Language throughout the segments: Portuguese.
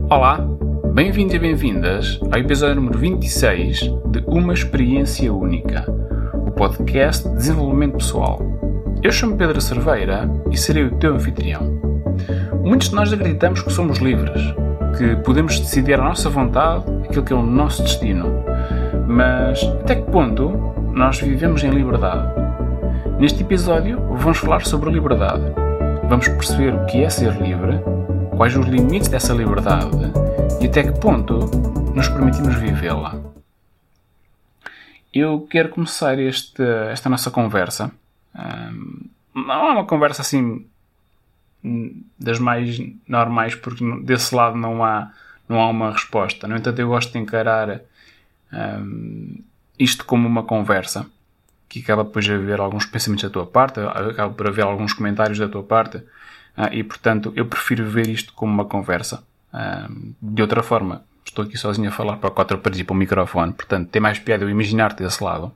Olá, bem-vindos e bem-vindas ao episódio número 26 de Uma Experiência Única, o podcast de desenvolvimento pessoal. Eu chamo Pedro Cerveira e serei o teu anfitrião. Muitos de nós acreditamos que somos livres, que podemos decidir à nossa vontade aquilo que é o nosso destino. Mas até que ponto nós vivemos em liberdade? Neste episódio vamos falar sobre a liberdade. Vamos perceber o que é ser livre, quais os limites dessa liberdade e até que ponto nos permitimos vivê-la. Eu quero começar esta nossa conversa. Não é uma conversa assim das mais normais, porque desse lado não há uma resposta. No entanto, eu gosto de encarar isto como uma conversa, que acaba depois de haver alguns pensamentos da tua parte, acaba por haver alguns comentários da tua parte, e portanto eu prefiro ver isto como uma conversa. De outra forma, estou aqui sozinho a falar para quatro paredes e para o microfone, portanto tem mais piada eu imaginar-te desse lado.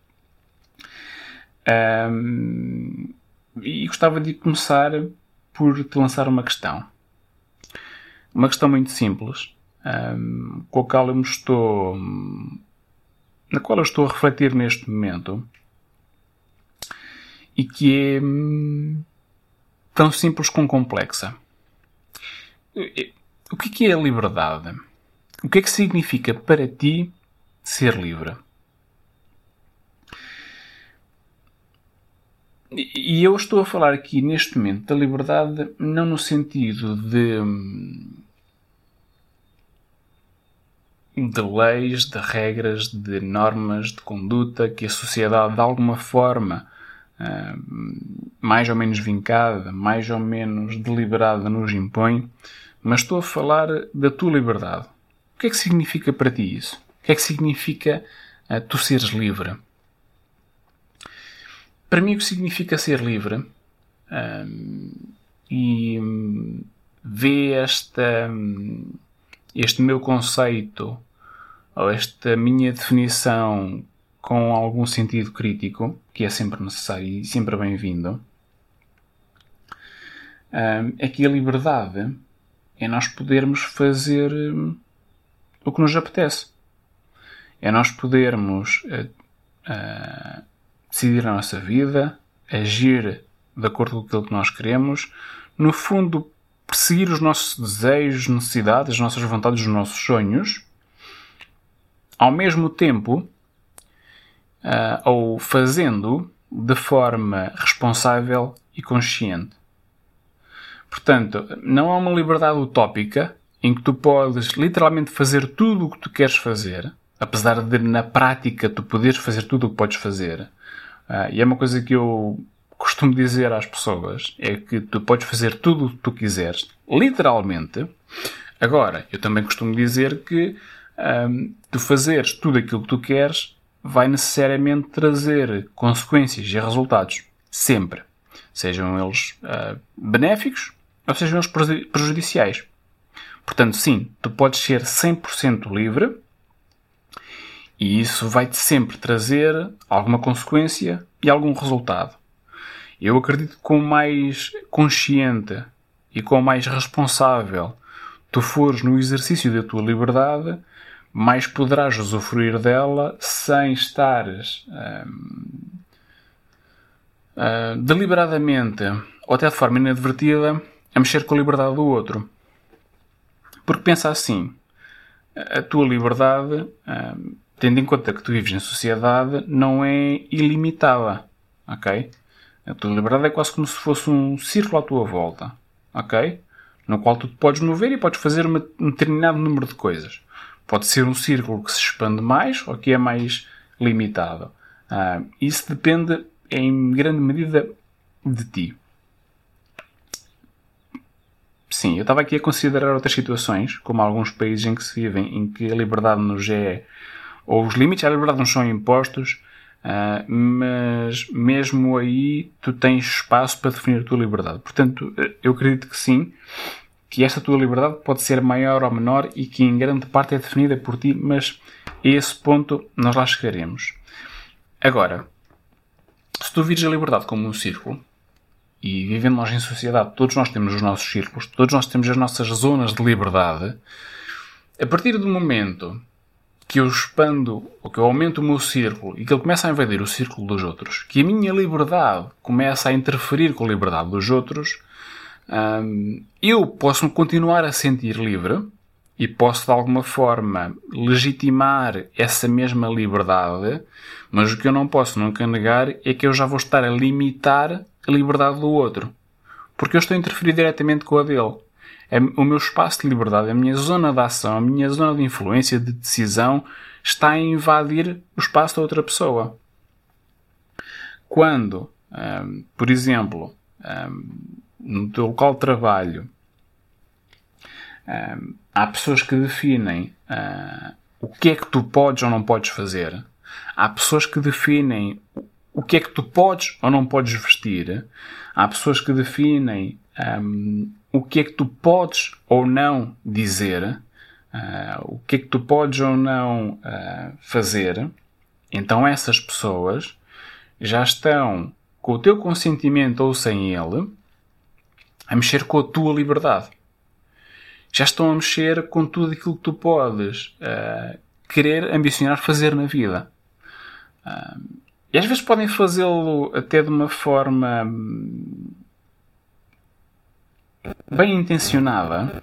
E gostava de começar por te lançar uma questão. Uma questão muito simples, com a qual na qual eu estou a refletir neste momento, e que é tão simples como complexa. O que é a liberdade? O que é que significa para ti ser livre? E eu estou a falar aqui neste momento da liberdade não no sentido de leis, de regras, de normas de conduta que a sociedade de alguma forma mais ou menos vincada, mais ou menos deliberada nos impõe, mas estou a falar da tua liberdade. O que é que significa para ti isso? O que é que significa tu seres livre? Para mim o que significa ser livre e ver este meu conceito ou esta minha definição com algum sentido crítico, que é sempre necessário e sempre bem-vindo, é que a liberdade é nós podermos fazer o que nos apetece. É nós podermos decidir a nossa vida, agir de acordo com aquilo que nós queremos, no fundo, perseguir os nossos desejos, necessidades, as nossas vontades, os nossos sonhos, ao mesmo tempo, ou fazendo de forma responsável e consciente. Portanto, não há uma liberdade utópica em que tu podes literalmente fazer tudo o que tu queres fazer, apesar de na prática tu poderes fazer tudo o que podes fazer. E é uma coisa que eu costumo dizer às pessoas, é que tu podes fazer tudo o que tu quiseres, literalmente. Agora, eu também costumo dizer que tu fazeres tudo aquilo que tu queres vai necessariamente trazer consequências e resultados. Sempre. Sejam eles benéficos ou sejam eles prejudiciais. Portanto, sim, tu podes ser 100% livre e isso vai-te sempre trazer alguma consequência e algum resultado. Eu acredito que com mais consciente e com mais responsável tu fores no exercício da tua liberdade, mais poderás usufruir dela sem estares deliberadamente ou até de forma inadvertida a mexer com a liberdade do outro. Porque pensa assim, a tua liberdade, tendo em conta que tu vives em sociedade, não é ilimitada, ok? A tua liberdade é quase como se fosse um círculo à tua volta, ok? No qual tu te podes mover e podes fazer um determinado número de coisas. Pode ser um círculo que se expande mais ou que é mais limitado. Isso depende, em grande medida, de ti. Sim, eu estava aqui a considerar outras situações, como alguns países em que se vivem, em que a liberdade nos é... ou os limites à liberdade nos são impostos, mas mesmo aí tu tens espaço para definir a tua liberdade. Portanto, eu acredito que sim, que esta tua liberdade pode ser maior ou menor e que em grande parte é definida por ti, mas a esse ponto nós lá chegaremos. Agora, se tu vires a liberdade como um círculo e vivendo nós em sociedade, todos nós temos os nossos círculos, todos nós temos as nossas zonas de liberdade. A partir do momento que eu expando, ou que eu aumento o meu círculo e que ele começa a invadir o círculo dos outros, que a minha liberdade começa a interferir com a liberdade dos outros, eu posso continuar a sentir livre e posso de alguma forma legitimar essa mesma liberdade, mas o que eu não posso nunca negar é que eu já vou estar a limitar a liberdade do outro, porque eu estou a interferir diretamente com a dele. O meu espaço de liberdade, a minha zona de ação, a minha zona de influência, de decisão, está a invadir o espaço da outra pessoa. Quando, por exemplo, no teu local de trabalho, há pessoas que definem o que é que tu podes ou não podes fazer. Há pessoas que definem o que é que tu podes ou não podes vestir. Há pessoas que definem o que é que tu podes ou não dizer, o que é que tu podes ou não fazer. Então essas pessoas já estão, com o teu consentimento ou sem ele, a mexer com a tua liberdade. Já estão a mexer com tudo aquilo que tu podes querer ambicionar fazer na vida. E às vezes podem fazê-lo até de uma forma bem intencionada,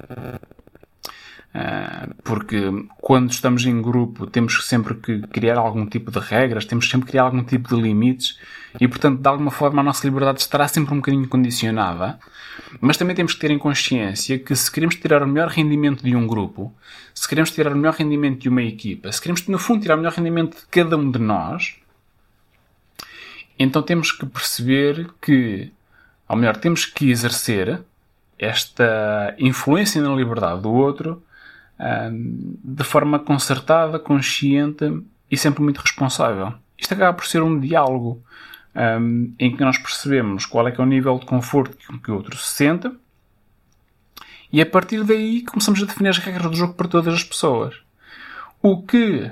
porque quando estamos em grupo temos sempre que criar algum tipo de regras, temos sempre que criar algum tipo de limites e, portanto, de alguma forma a nossa liberdade estará sempre um bocadinho condicionada, mas também temos que ter em consciência que se queremos tirar o melhor rendimento de um grupo, se queremos tirar o melhor rendimento de uma equipa, se queremos, no fundo, tirar o melhor rendimento de cada um de nós, então temos que perceber que, ou melhor, temos que exercer esta influência na liberdade do outro de forma concertada, consciente e sempre muito responsável. Isto acaba por ser um diálogo em que nós percebemos qual é que é o nível de conforto que o outro se sente e a partir daí começamos a definir as regras do jogo para todas as pessoas. O que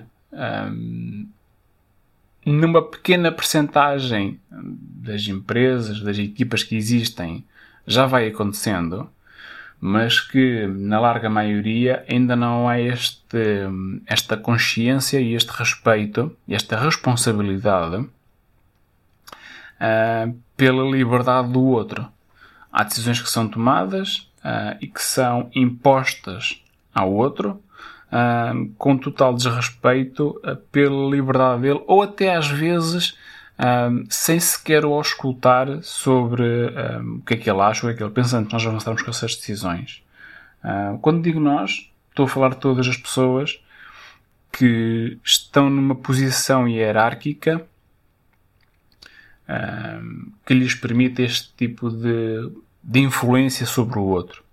numa pequena percentagem das empresas, das equipas que existem, já vai acontecendo, mas que na larga maioria ainda não há esta consciência e este respeito, esta responsabilidade pela liberdade do outro. Há decisões que são tomadas e que são impostas ao outro com total desrespeito pela liberdade dele, ou até às vezes sem sequer o auscultar sobre o que é que ele acha, o que é que ele pensa antes de nós avançarmos com essas decisões. Quando digo nós, estou a falar de todas as pessoas que estão numa posição hierárquica que lhes permite este tipo de influência sobre o outro.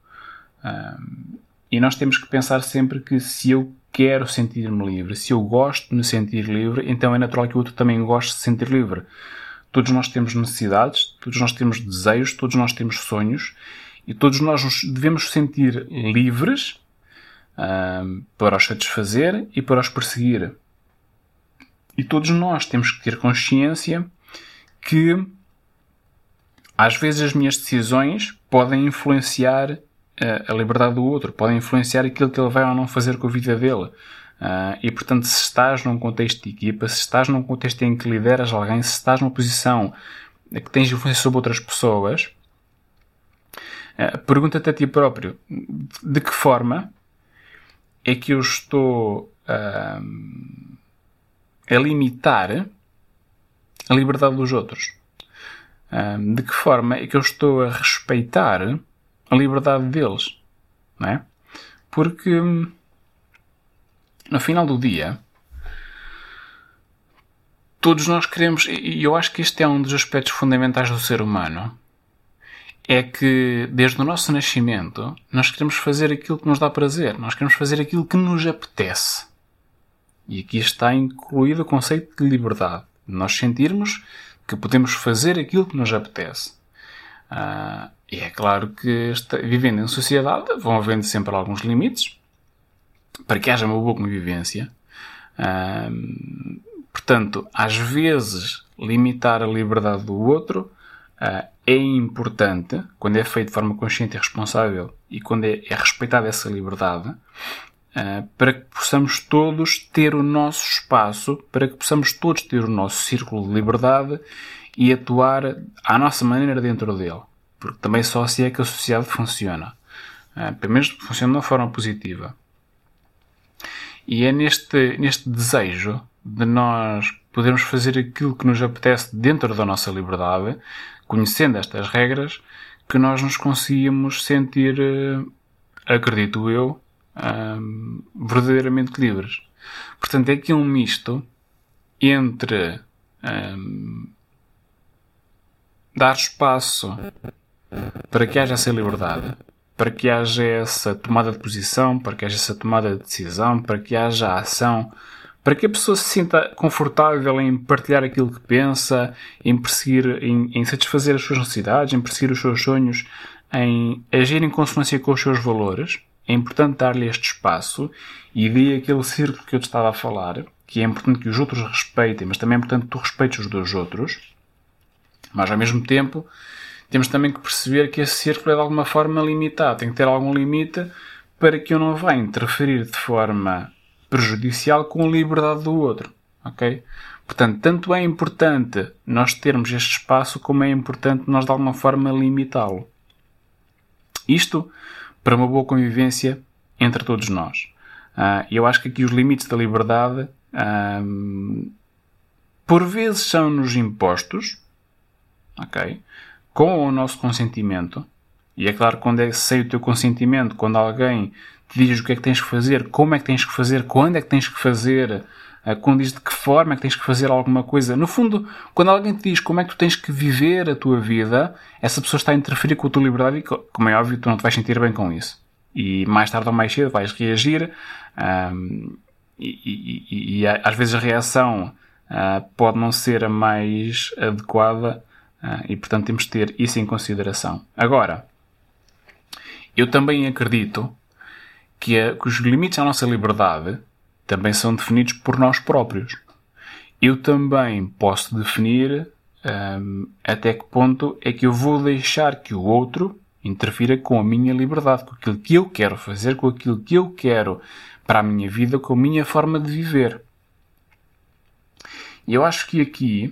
E nós temos que pensar sempre que se eu quero sentir-me livre, se eu gosto de me sentir livre, então é natural que o outro também goste de se sentir livre. Todos nós temos necessidades, todos nós temos desejos, todos nós temos sonhos e todos nós nos devemos sentir livres para os satisfazer e para os perseguir. E todos nós temos que ter consciência que às vezes as minhas decisões podem influenciar a liberdade do outro, podem influenciar aquilo que ele vai ou não fazer com a vida dele. E, portanto, se estás num contexto de equipa, se estás num contexto em que lideras alguém, se estás numa posição que tens influência sobre outras pessoas, pergunta-te a ti próprio, de que forma é que eu estou a limitar a liberdade dos outros? De que forma é que eu estou a respeitar a liberdade deles, não é? Porque no final do dia todos nós queremos, e eu acho que este é um dos aspectos fundamentais do ser humano, é que desde o nosso nascimento nós queremos fazer aquilo que nos dá prazer, nós queremos fazer aquilo que nos apetece. E aqui está incluído o conceito de liberdade, nós sentirmos que podemos fazer aquilo que nos apetece. E é claro que vivendo em sociedade vão havendo sempre alguns limites para que haja uma boa convivência. Portanto, às vezes limitar a liberdade do outro é importante, quando é feito de forma consciente e responsável e quando é respeitada essa liberdade, para que possamos todos ter o nosso espaço, para que possamos todos ter o nosso círculo de liberdade e atuar à nossa maneira dentro dele. Porque também só assim é que a sociedade funciona. Pelo menos funciona de uma forma positiva. E é neste desejo de nós podermos fazer aquilo que nos apetece dentro da nossa liberdade, conhecendo estas regras, que nós nos conseguimos sentir, acredito eu, verdadeiramente livres. Portanto, é aqui um misto entre dar espaço para que haja essa liberdade, para que haja essa tomada de posição, para que haja essa tomada de decisão, para que haja ação, para que a pessoa se sinta confortável em partilhar aquilo que pensa, em perseguir, em satisfazer as suas necessidades, em perseguir os seus sonhos, em agir em consonância com os seus valores. É importante dar-lhe este espaço e daí aquele círculo que eu te estava a falar, que é importante que os outros respeitem, mas também é importante que tu respeites os dos outros. Mas, ao mesmo tempo, temos também que perceber que esse círculo é de alguma forma limitado. Tem que ter algum limite para que eu não vá interferir de forma prejudicial com a liberdade do outro. Ok? Portanto, tanto é importante nós termos este espaço como é importante nós de alguma forma limitá-lo. Isto para uma boa convivência entre todos nós. Eu acho que aqui os limites da liberdade por vezes são-nos impostos, ok? Com o nosso consentimento. E é claro, quando é sem o teu consentimento, quando alguém te diz o que é que tens que fazer, como é que tens que fazer, quando é que tens que fazer, quando diz de que forma é que tens que fazer alguma coisa. No fundo, quando alguém te diz como é que tu tens que viver a tua vida, essa pessoa está a interferir com a tua liberdade e, como é óbvio, tu não te vais sentir bem com isso. E mais tarde ou mais cedo vais reagir e às vezes a reação pode não ser a mais adequada e, portanto, temos de ter isso em consideração. Agora, eu também acredito que os limites à nossa liberdade também são definidos por nós próprios. Eu também posso definir até que ponto é que eu vou deixar que o outro interfira com a minha liberdade, com aquilo que eu quero fazer, com aquilo que eu quero para a minha vida, com a minha forma de viver. E eu acho que aqui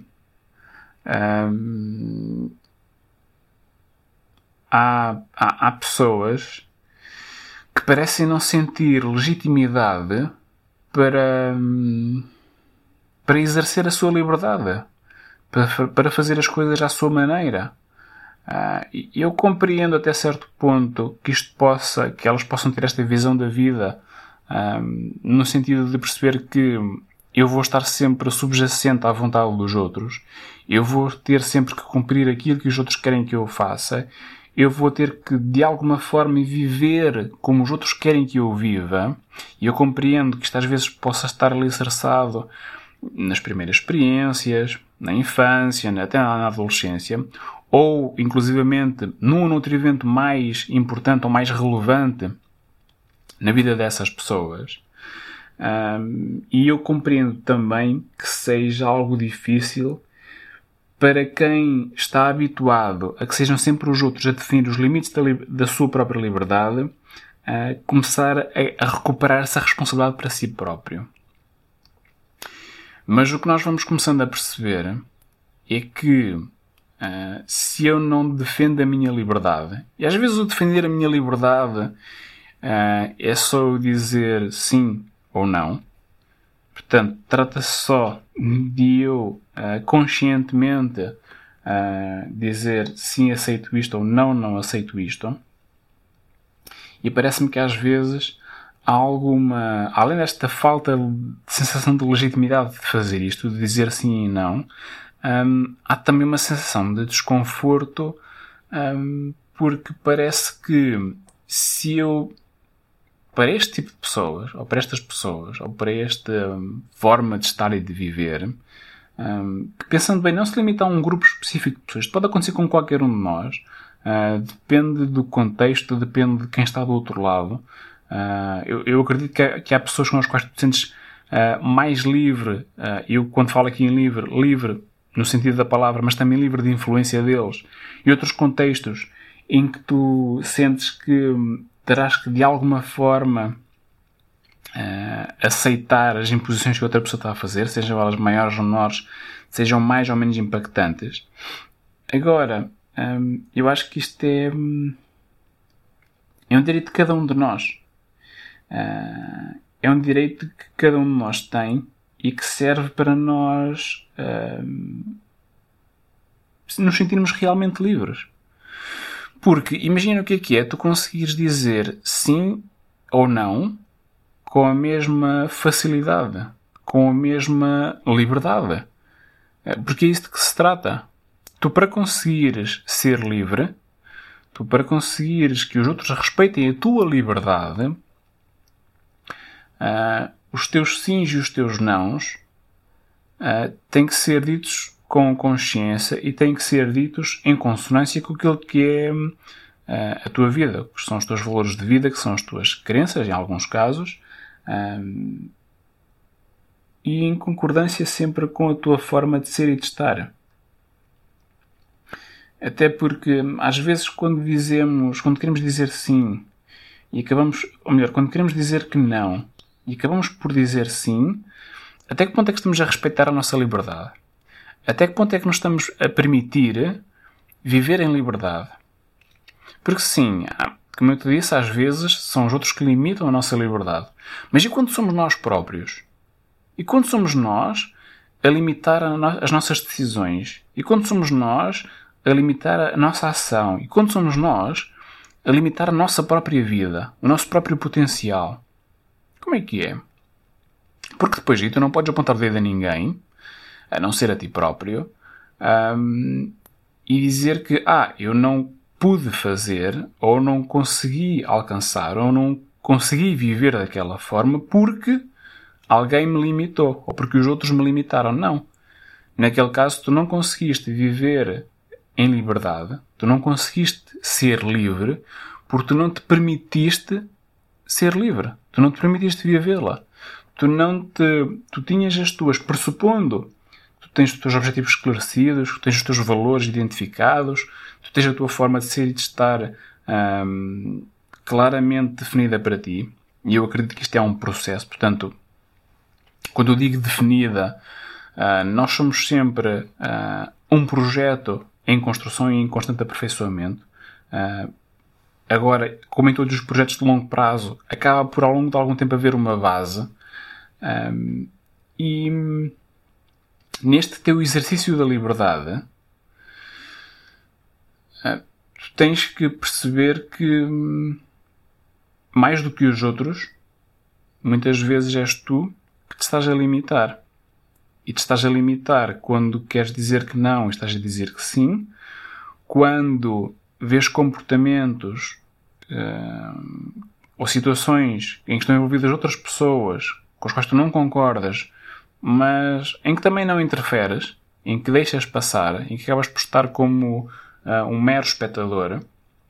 há pessoas que parecem não sentir legitimidade para exercer a sua liberdade, para fazer as coisas à sua maneira. Eu compreendo até certo ponto que que elas possam ter esta visão da vida, no sentido de perceber que eu vou estar sempre subjacente à vontade dos outros, eu vou ter sempre que cumprir aquilo que os outros querem que eu faça, eu vou ter que, de alguma forma, viver como os outros querem que eu viva, e eu compreendo que isto às vezes possa estar alicerçado nas primeiras experiências, na infância, até na adolescência, ou, inclusivamente, num ou noutro evento mais importante ou mais relevante na vida dessas pessoas. E eu compreendo também que seja algo difícil para quem está habituado a que sejam sempre os outros a definir os limites da sua própria liberdade, começar a recuperar essa responsabilidade para si próprio. Mas o que nós vamos começando a perceber é que se eu não defendo a minha liberdade, e às vezes o defender a minha liberdade é só eu dizer sim ou não. Portanto, trata-se só de eu conscientemente dizer sim, aceito isto ou não, não aceito isto. E parece-me que às vezes há alguma, além desta falta de sensação de legitimidade de fazer isto, de dizer sim e não, há também uma sensação de desconforto, porque parece que se eu, para este tipo de pessoas, ou para estas pessoas, ou para esta forma de estar e de viver, que, pensando bem, não se limita a um grupo específico de pessoas. Isto pode acontecer com qualquer um de nós. Depende do contexto, depende de quem está do outro lado. Eu acredito que há pessoas com as quais tu te sentes mais livre. Eu, quando falo aqui em livre, no sentido da palavra, mas também livre de influência deles, e outros contextos em que tu sentes que terás que, de alguma forma, aceitar as imposições que outra pessoa está a fazer, sejam elas maiores ou menores, sejam mais ou menos impactantes. Agora, eu acho que isto é um direito de cada um de nós. É um direito que cada um de nós tem e que serve para nós nos sentirmos realmente livres. Porque imagina o que é tu conseguires dizer sim ou não com a mesma facilidade, com a mesma liberdade. Porque é isso de que se trata. Tu, para conseguires ser livre, tu, para conseguires que os outros respeitem a tua liberdade, os teus sims e os teus nãos têm que ser ditos com consciência e têm que ser ditos em consonância com aquilo que é a tua vida, que são os teus valores de vida, que são as tuas crenças, em alguns casos, e em concordância sempre com a tua forma de ser e de estar. Até porque, às vezes, quando queremos dizer sim, e acabamos, ou melhor, quando queremos dizer que não, e acabamos por dizer sim, até que ponto é que estamos a respeitar a nossa liberdade? Até que ponto é que nos estamos a permitir viver em liberdade? Porque sim, como eu te disse, às vezes são os outros que limitam a nossa liberdade. Mas e quando somos nós próprios? E quando somos nós a limitar as nossas decisões? E quando somos nós a limitar a nossa ação? E quando somos nós a limitar a nossa própria vida? O nosso próprio potencial? Como é que é? Porque depois disso tu não podes apontar o dedo a ninguém, a não ser a ti próprio, e dizer que eu não pude fazer, ou não consegui alcançar, ou não consegui viver daquela forma porque alguém me limitou, ou porque os outros me limitaram. Não. Naquele caso, tu não conseguiste viver em liberdade, tu não conseguiste ser livre, porque tu não te permitiste ser livre. Tu não te permitiste vivê-la. Tu tinhas as tuas, pressupondo, tu tens os teus objetivos esclarecidos, tu tens os teus valores identificados, tu tens a tua forma de ser e de estar claramente definida para ti. E eu acredito que isto é um processo. Portanto, quando eu digo definida, nós somos sempre um projeto em construção e em constante aperfeiçoamento. Agora, como em todos os projetos de longo prazo, acaba por ao longo de algum tempo haver uma base. E neste teu exercício da liberdade, tu tens que perceber que, mais do que os outros, muitas vezes és tu que te estás a limitar. E te estás a limitar quando queres dizer que não e estás a dizer que sim, quando vês comportamentos ou situações em que estão envolvidas outras pessoas com as quais tu não concordas, mas em que também não interferes, em que deixas passar, em que acabas por estar como um mero espectador,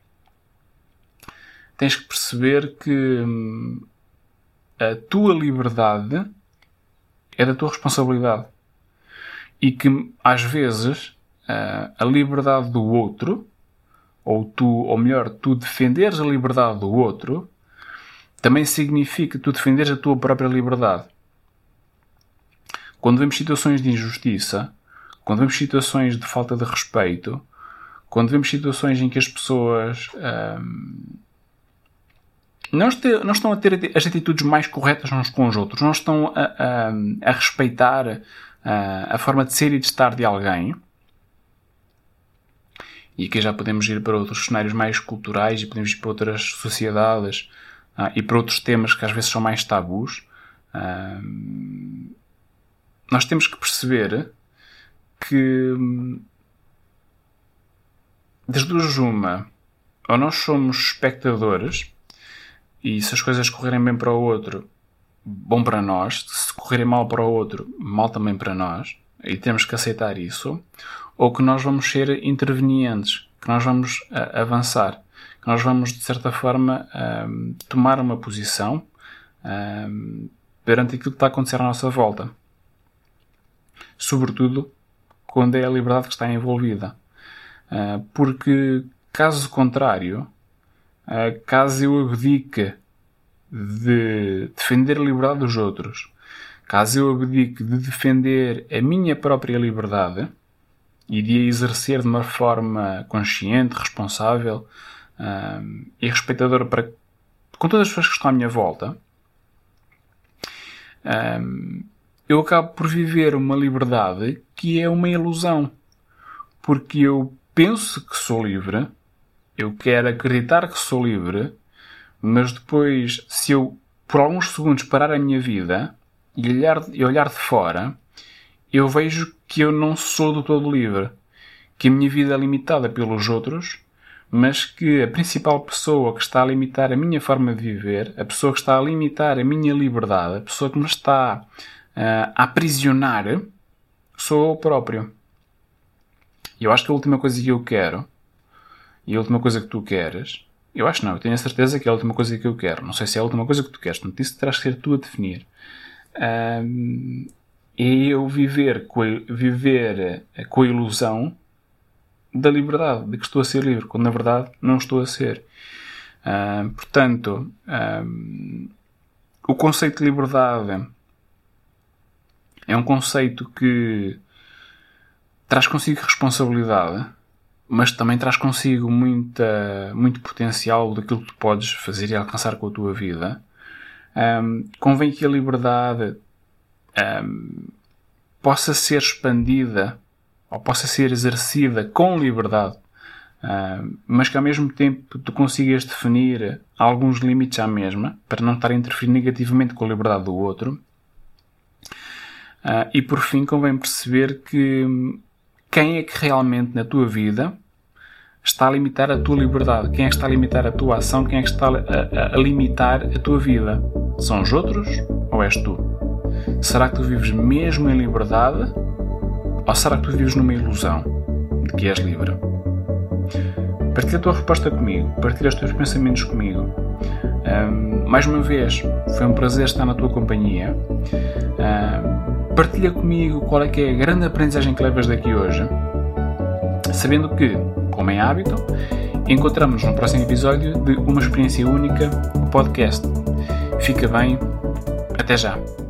tens que perceber que a tua liberdade é da tua responsabilidade. E que, às vezes, a liberdade do outro, ou melhor, tu defenderes a liberdade do outro, também significa tu defenderes a tua própria liberdade. Quando vemos situações de injustiça, quando vemos situações de falta de respeito, quando vemos situações em que as pessoas não estão a ter as atitudes mais corretas uns com os outros, não estão a respeitar a forma de ser e de estar de alguém. E aqui já podemos ir para outros cenários mais culturais e podemos ir para outras sociedades e para outros temas que às vezes são mais tabus. Nós temos que perceber que das duas uma, ou nós somos espectadores e se as coisas correrem bem para o outro, bom para nós, se correrem mal para o outro, mal também para nós, e temos que aceitar isso, ou que nós vamos ser intervenientes, que nós vamos avançar, que nós vamos, de certa forma, tomar uma posição perante aquilo que está a acontecer à nossa volta. Sobretudo quando é a liberdade que está envolvida. Porque, caso contrário, caso eu abdique de defender a liberdade dos outros, caso eu abdique de defender a minha própria liberdade e de a exercer de uma forma consciente, responsável e respeitadora com todas as pessoas que estão à minha volta, eu acabo por viver uma liberdade que é uma ilusão. Porque eu penso que sou livre, eu quero acreditar que sou livre, mas depois, se eu por alguns segundos parar a minha vida e olhar de fora, eu vejo que eu não sou do todo livre, que a minha vida é limitada pelos outros, mas que a principal pessoa que está a limitar a minha forma de viver, a pessoa que está a limitar a minha liberdade, a pessoa que me está a aprisionar, sou eu próprio. E eu acho que a última coisa que eu quero, e a última coisa que tu queres, eu tenho a certeza que é a última coisa que eu quero. Não sei se é a última coisa que tu queres, portanto isso terás que ser tu a definir. É eu viver com a ilusão da liberdade, de que estou a ser livre, quando na verdade não estou a ser. Portanto, o conceito de liberdade é um conceito que traz consigo responsabilidade, mas também traz consigo muito potencial daquilo que tu podes fazer e alcançar com a tua vida. Convém que a liberdade possa ser expandida ou possa ser exercida com liberdade, mas que ao mesmo tempo tu consigas definir alguns limites à mesma, para não estar a interferir negativamente com a liberdade do outro. E por fim convém perceber que quem é que realmente na tua vida está a limitar a tua liberdade, quem é que está a limitar a tua ação, quem é que está a limitar a tua vida. São os outros ou és tu? Será que tu vives mesmo em liberdade ou será que tu vives numa ilusão de que és livre? Partilha a tua resposta comigo, partilha os teus pensamentos comigo. Mais uma vez, foi um prazer estar na tua companhia. Partilha comigo qual é que é a grande aprendizagem que levas daqui hoje, sabendo que, como é hábito, encontramos-nos no próximo episódio de Uma Experiência Única, o podcast. Fica bem, até já!